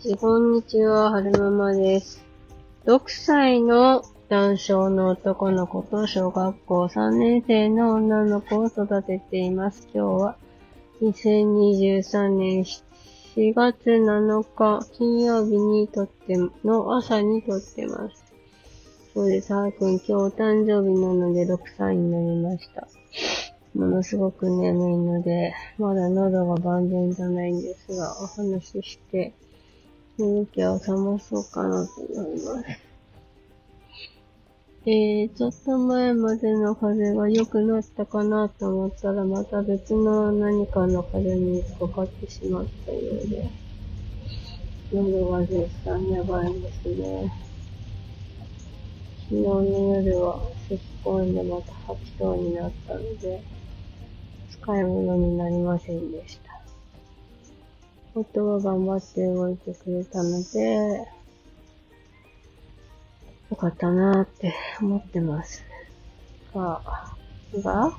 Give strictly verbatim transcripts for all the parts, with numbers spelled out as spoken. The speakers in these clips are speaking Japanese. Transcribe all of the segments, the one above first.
こんにちは、はるままです。ろくさいの男性の男の子と小学校さんねん生の女の子を育てています。今日はにせんにじゅうさんねんしがつなのか金曜日にとっての朝にとってます。そうです、はーくん今日お誕生日なのでろくさいになりました。ものすごく眠いので、まだ喉が万全じゃないんですが、お話しして、眠気を覚まそうかなと思います。えー、ちょっと前までの風邪が良くなったかなと思ったら、また別の何かの風邪にかかってしまったようで、喉が絶賛やばいんですね。昨日の夜は咳き込んでまた吐きそうになったので、使い物になりませんでした。夫は頑張って動いてくれたので、よかったなーって思ってます。が、が、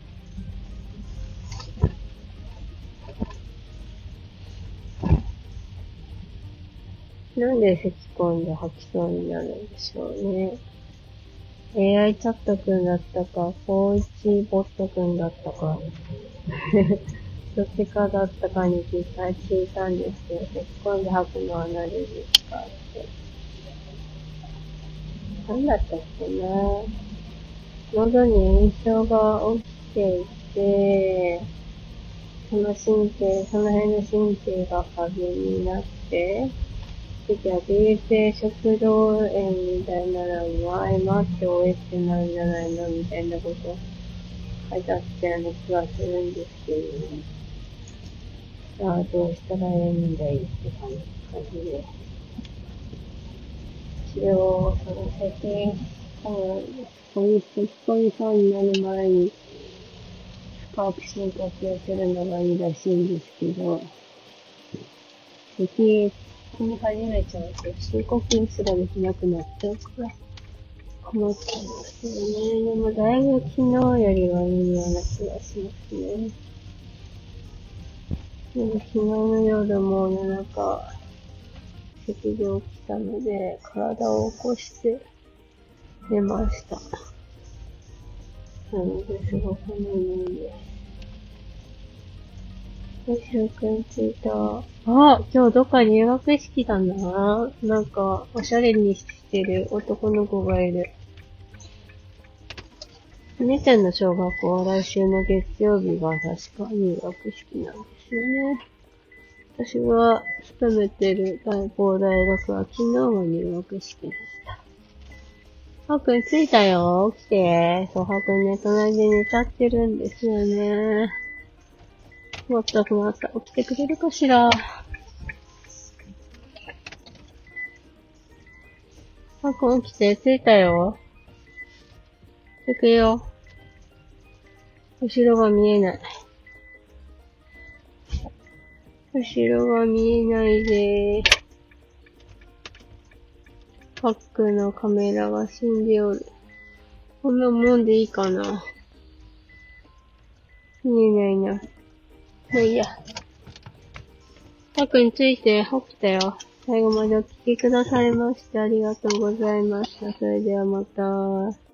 なんで咳き込んで吐きそうになるんでしょうね。エーアイ チャットくんだったか、コーチボットくんだったか、どっちかだったかに聞いた、聞いたんですけど、咳き込んで吐くのは何ですかって。なんだったっけな。喉に炎症が起きていて、その神経、その辺の神経が過敏になって、次は ビー 性食道炎みたいなのは、え、待って、おえってなるんじゃないのみたいなこと書いてあったような気がするんですけど、ね、じゃあどうしたらいいんだいって感じで。一応、その咳、こういう咳込みそうになる前に、深く深呼吸するのがいいらしいんですけど、咳込み始めちゃうと深呼吸すらできなくなっちゃうから困っちゃいますよね。でもだいぶ昨日よりはいいような気がしますね。でも昨日の夜も夜中咳で起きたので体を起こして寝ました。なのですごく眠いです。よしおくん着いた。あ、今日どっか入学式だな。なんか、おしゃれにしてる男の子がいる。お姉ちゃんの小学校は来週の月曜日が確か入学式なんですよね。私は勤めてる大学大学は昨日が入学式でした。はーくん着いたよ。起きて。そう、はーくんね、隣で寝ちゃってるんですよね。もっとくなった。起きてくれるかしら。はーくん起きて、着いたよ。行くよ。後ろが見えない。後ろが見えないでーす。バックのカメラが死んでおる。こんなもんでいいかな。見えないな。もういいや。はーくんついて、起きたよ。最後までお聞きくださいましてありがとうございました。それではまた。